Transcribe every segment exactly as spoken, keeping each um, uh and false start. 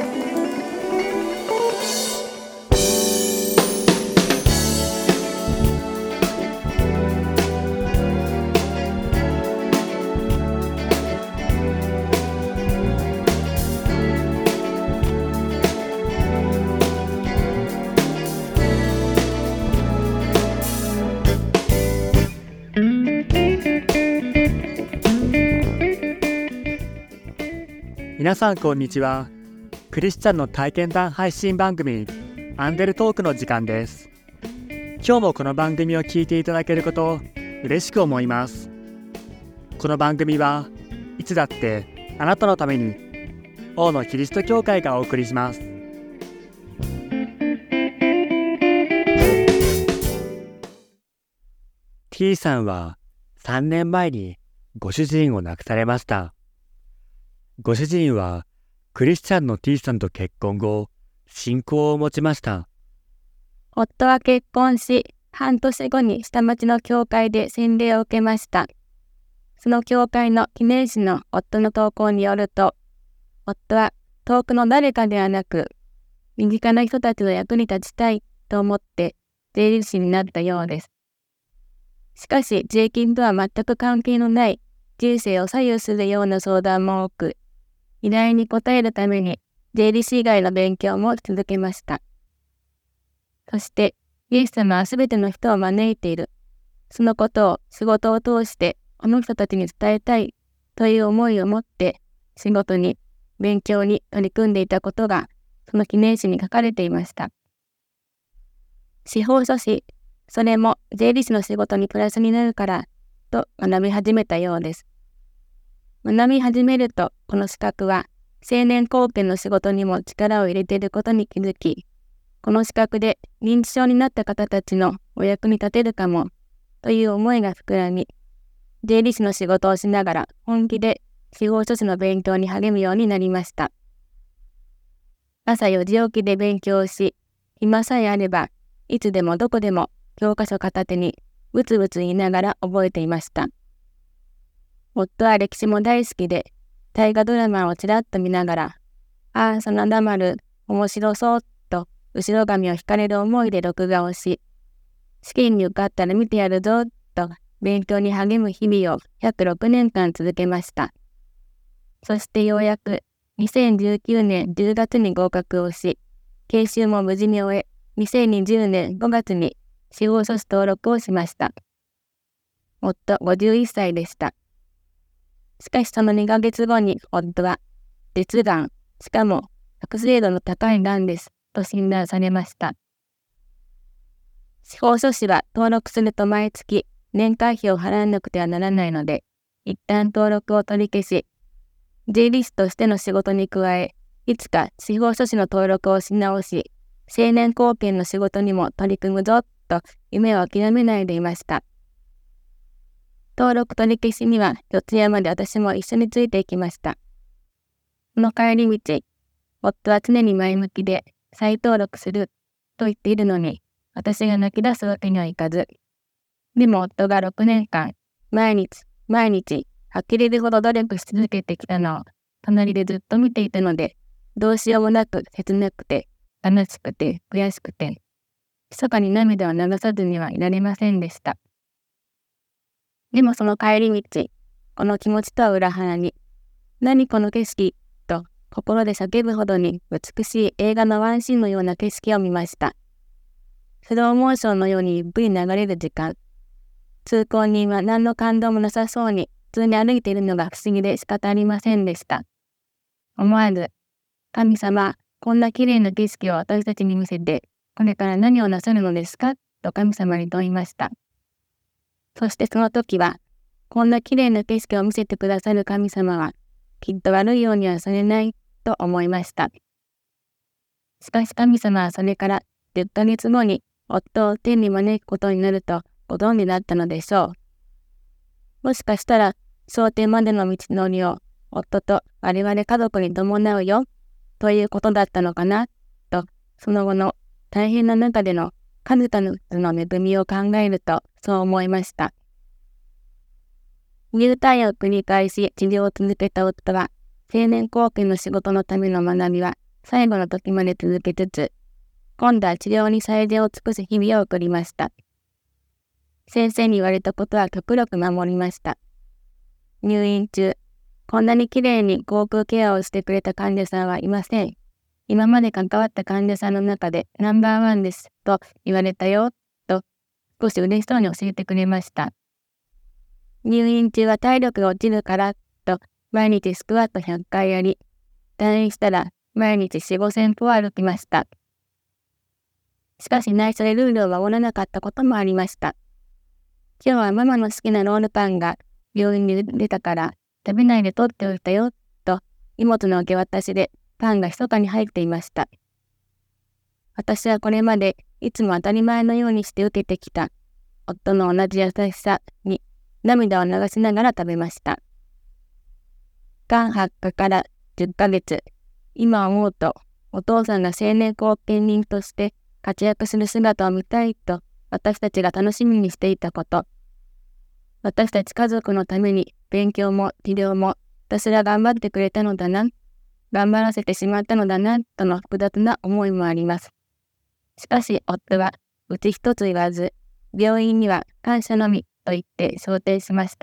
皆さんこんにちは。クリスチャンの体験談配信番組アンデルトークの時間です。今日もこの番組を聞いていただけることを嬉しく思います。この番組はいつだってあなたのために王のキリスト教会がお送りします。T さんはさんねんまえにご主人を亡くされました。ご主人はクリスチャンの T さんと結婚後、信仰を持ちました。 夫は結婚し、半年後に下町の教会で洗礼を受けました。その教会の記念誌の夫の投稿によると、夫は遠くの誰かではなく、身近な人たちの役に立ちたいと思って税理士になったようです。しかし、税金とは全く関係のない人生を左右するような相談も多く、依頼に応えるために税理士以外の勉強も続けました。そして、イエス様はすべての人を招いている。そのことを仕事を通してこの人たちに伝えたいという思いを持って仕事に、勉強に取り組んでいたことがその記念誌に書かれていました。司法書士、それも税理士の仕事にプラスになるからと学び始めたようです。学び始めると、この資格は青年貢献の仕事にも力を入れていることに気づき、この資格で認知症になった方たちのお役に立てるかもという思いが膨らみ、税理士の仕事をしながら本気で司法書士の勉強に励むようになりました。朝よじ起きで勉強し、暇さえあればいつでもどこでも教科書片手にブツブツ言いながら覚えていました。夫は歴史も大好きで、大河ドラマをちらっと見ながら、ああ、真田丸、面白そうと、後ろ髪を引かれる思いで録画をし、試験に受かったら見てやるぞと、勉強に励む日々をひゃくろくねんかん続けました。そしてようやく、にせんじゅうきゅうねんじゅうがつに合格をし、研修も無事に終え、にせんにじゅうねんごがつに司法書士登録をしました。夫ごじゅういっさいでした。しかしそのにかげつごに夫は、舌がん、しかも悪性度の高いがんです、と診断されました。司法書士は登録すると毎月年会費を払わなくてはならないので、一旦登録を取り消し、税理士としての仕事に加え、いつか司法書士の登録をし直し、青年貢献の仕事にも取り組むぞ、と夢を諦めないでいました。登録取り消しには四谷まで私も一緒についていきました。その帰り道、夫は常に前向きで再登録すると言っているのに、私が泣き出すわけにはいかず。でも夫がろくねんかん、毎日、毎日、呆れるほど努力し続けてきたのを隣でずっと見ていたので、どうしようもなく切なくて、悲しくて、悔しくて、密かに涙を流さずにはいられませんでした。でもその帰り道、この気持ちとは裏腹に、何この景色と心で叫ぶほどに美しい映画のワンシーンのような景色を見ました。スローモーションのようにゆっくり流れる時間。通行人は何の感動もなさそうに普通に歩いているのが不思議で仕方ありませんでした。思わず、神様、こんな綺麗な景色を私たちに見せて、これから何をなさるのですかと神様に問いました。そしてその時は、こんな綺麗な景色を見せてくださる神様は、きっと悪いようにはされないと思いました。しかし神様はそれからじゅっかげつごに夫を天に招くことになるとご存知だったのでしょう。もしかしたら、昇天までの道のりを夫と我々家族に伴うよということだったのかなと、その後の大変な中での数々の恵みを考えるとそう思いました。入退院を繰り返し治療を続けた夫は、青年貢献の仕事のための学びは最後の時まで続けつつ、今度は治療に最善を尽くす日々を送りました。先生に言われたことは極力守りました。入院中、こんなにきれいに口腔ケアをしてくれた患者さんはいません。今まで関わった患者さんの中でナンバーワンですと言われたよ、と少し嬉しそうに教えてくれました。入院中は体力が落ちるから、と毎日スクワットひゃっかいやり、退院したら毎日よん、ごせん歩歩きました。しかし内緒でルールを守らなかったこともありました。今日はママの好きなロールパンが病院に出たから食べないで取っておいたよ、と妹の受け渡しでパンが密かに入っていました。私はこれまでいつも当たり前のようにして受けてきた夫の同じ優しさに涙を流しながら食べました。がん発火からじゅっかげつ、今思うとお父さんが青年後見人として活躍する姿を見たいと私たちが楽しみにしていたこと。私たち家族のために勉強も治療もひたすら頑張ってくれたのだな、頑張らせてしまったのだな、との複雑な思いもあります。しかし夫はうち一つ言わず、病院には感謝のみと言って昇天しました。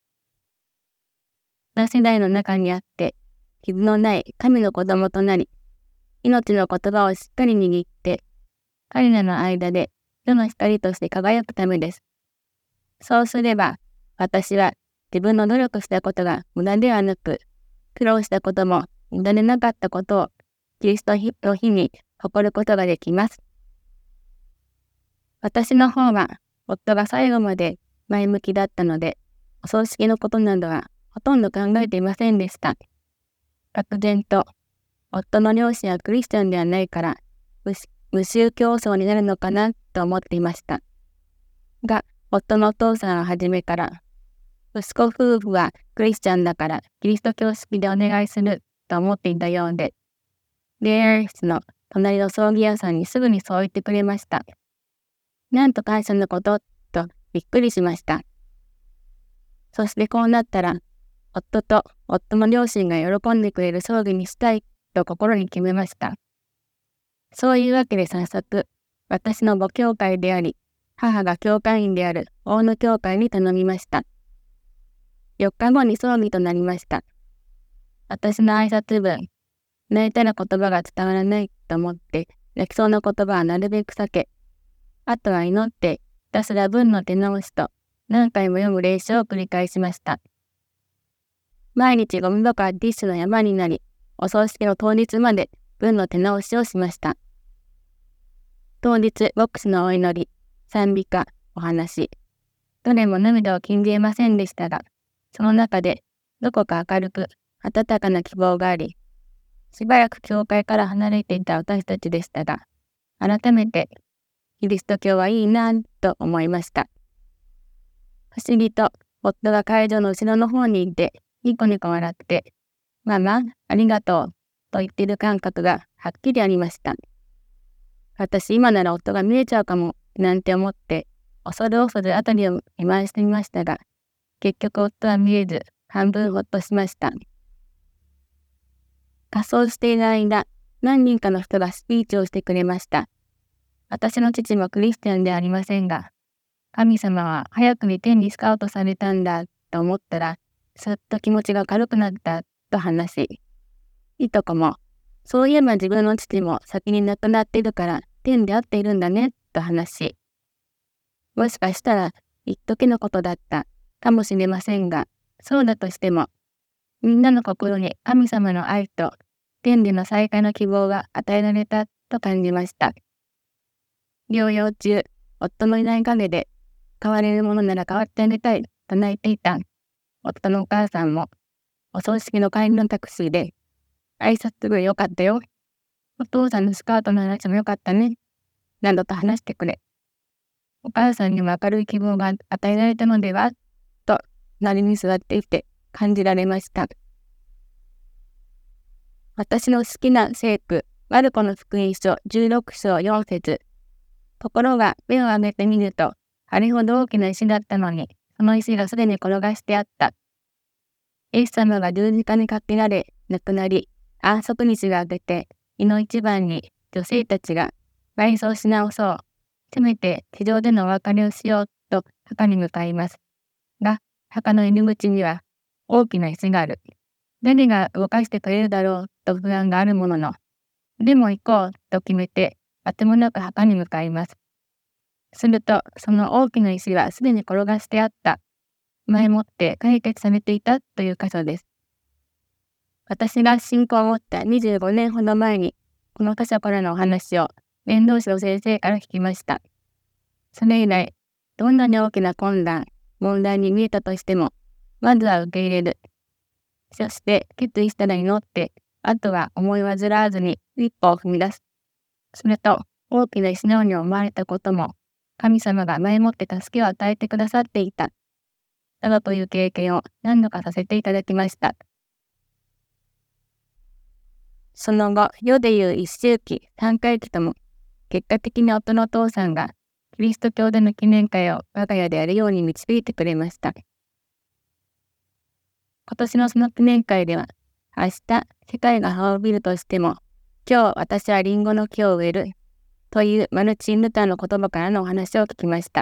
同世代の中にあって、傷のない神の子供となり、命の言葉をしっかり握って、彼らの間で世の光として輝くためです。そうすれば、私は自分の努力したことが無駄ではなく、苦労したことも無駄でなかったことを、キリストの日に誇ることができます。私の方は、夫が最後まで前向きだったので、お葬式のことなどはほとんど考えていませんでした。漠然と、夫の両親はクリスチャンではないから、無宗教層になるのかなと思っていました。が、夫のお父さんは初めから、息子夫婦はクリスチャンだからキリスト教式でお願いすると思っていたようで、霊安室の隣の葬儀屋さんにすぐにそう言ってくれました。なんと感謝のこと、とびっくりしました。そしてこうなったら、夫と夫の両親が喜んでくれる葬儀にしたいと心に決めました。そういうわけで早速、私の母教会であり、母が教会員である大野教会に頼みました。よっかごに葬儀となりました。私の挨拶文、泣いたら言葉が伝わらないと思って、泣きそうな言葉はなるべく避け、あとは祈って、ひたすら文の手直しと、何回も読む練習を繰り返しました。毎日ゴミ箱はティッシュの山になり、お葬式の当日まで文の手直しをしました。当日、牧師のお祈り、賛美歌、お話、どれも涙を禁じえませんでしたが、その中でどこか明るく、温かな希望があり、しばらく教会から離れていた私たちでしたが、改めてキリスト教はいいなぁと思いました。不思議と夫が会場の後ろの方にいて、ニコニコ笑って、ママ、ありがとうと言っている感覚がはっきりありました。私今なら夫が見えちゃうかもなんて思って、恐る恐るあたりを見回してみましたが、結局夫は見えず、半分ほっとしました。仮装している間、何人かの人がスピーチをしてくれました。私の父もクリスチャンではありませんが、神様は早くに天にスカウトされたんだと思ったら、すっと気持ちが軽くなったと話し、いとこも、そういえば自分の父も先に亡くなっているから天で会っているんだねと話し、もしかしたら一時のことだったかもしれませんが、そうだとしても、みんなの心に神様の愛と天での再会の希望が与えられたと感じました。療養中、夫のいない陰で、変われるものなら変わってあげたいと泣いていた夫のお母さんも、お葬式の帰りのタクシーで、挨拶文よかったよ。お父さんのスカートの話もよかったね。などと話してくれ。お母さんにも明るい希望が与えられたのではと、隣に座っていて感じられました。私の好きな聖句、マルコの福音書じゅうろく章よん節。ところが目を上げてみると、あれほど大きな石だったのに、その石がすでに転がしてあった。イエス様が十字架にかけられ、亡くなり、安息日が明けて、 いの一番に女性たちが埋葬し直そう。せめて地上でのお別れをしようと墓に向かいます。が、墓の入り口には大きな椅子がある。誰が動かしてくれるだろうと不安があるものの、でも行こうと決めて、あてもなく墓に向かいます。すると、その大きな石はすでに転がしてあった。前もって解決されていたという箇所です。私が信仰を持ったにじゅうごねんほど前に、この箇所からのお話を伝道師の先生から聞きました。それ以来、どんなに大きな困難、問題に見えたとしても、まずは受け入れる。そして決意したら祈って、あとは思い煩わずに一歩を踏み出す。それと、大きな石のように思われたことも、神様が前もって助けを与えてくださっていた。などという経験を何度かさせていただきました。その後、世でいう一周期、三回忌とも、結果的に夫のお父さんが、キリスト教での記念会を我が家でやるように導いてくれました。今年のその記念会では、明日、世界が滅びるとしても、今日私はリンゴの木を植える、というマルチン・ルターの言葉からのお話を聞きました。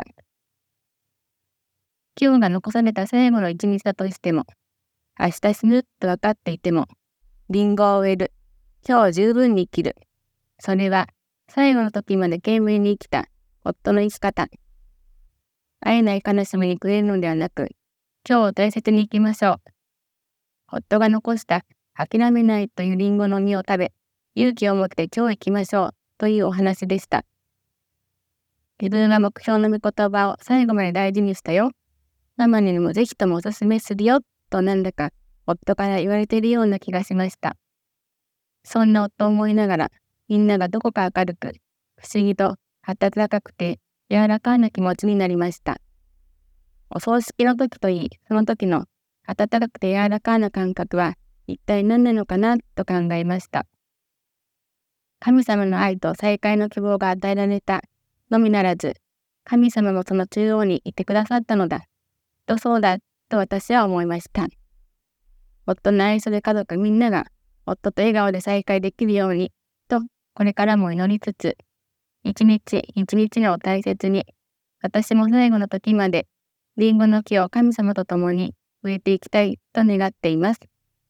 今日が残された最後の一日だとしても、明日死ぬと分かっていても、リンゴを植える、今日十分に生きる。それは、最後の時まで懸命に生きた夫の生き方。会えない悲しみに暮れるのではなく、今日を大切に生きましょう。夫が残した諦めないというリンゴの実を食べ、勇気を持って今日行きましょうというお話でした。自分は目標の御言葉を最後まで大事にしたよ。ママにもぜひともおすすめするよとなんだか夫から言われているような気がしました。そんな夫を思いながら、みんながどこか明るく、不思議と温かくて柔らかな気持ちになりました。お葬式の時といい、その時の温かくて柔らかな感覚は一体何なのかなと考えました。神様の愛と再会の希望が与えられたのみならず、神様もその中央にいてくださったのだ、とそうだと私は思いました。夫の愛する家族みんなが夫と笑顔で再会できるように、とこれからも祈りつつ、一日一日を大切に、私も最後の時までリンゴの木を神様と共に植えていきたいと願っています。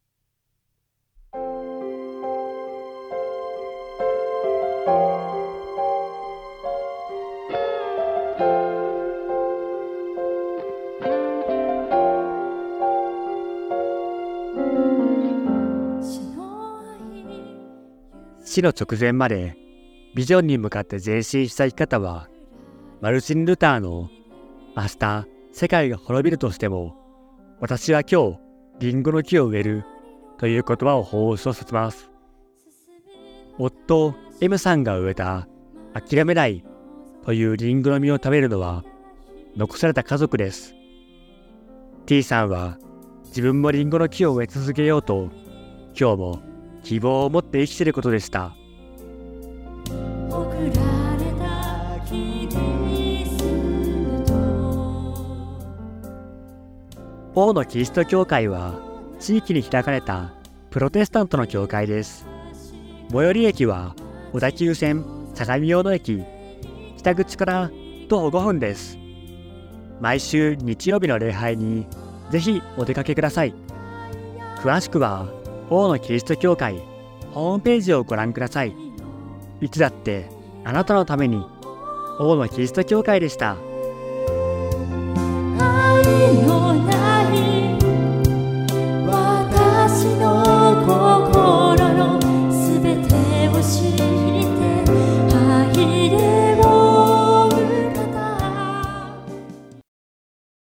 死の直前までビジョンに向かって前進した生き方は、マルチン・ルターの明日世界が滅びるとしても私は今日リンゴの木を植えるという言葉を放送させます。夫 M さんが植えた諦めないというリンゴの実を食べるのは残された家族です。 T さんは自分もリンゴの木を植え続けようと今日も希望を持って生きていることでした。王のキリスト教会は地域に開かれたプロテスタントの教会です。最寄り駅は小田急線相模大野駅、北口から徒歩ごふんです。毎週日曜日の礼拝にぜひお出かけください。詳しくは王のキリスト教会ホームページをご覧ください。いつだってあなたのために王のキリスト教会でした。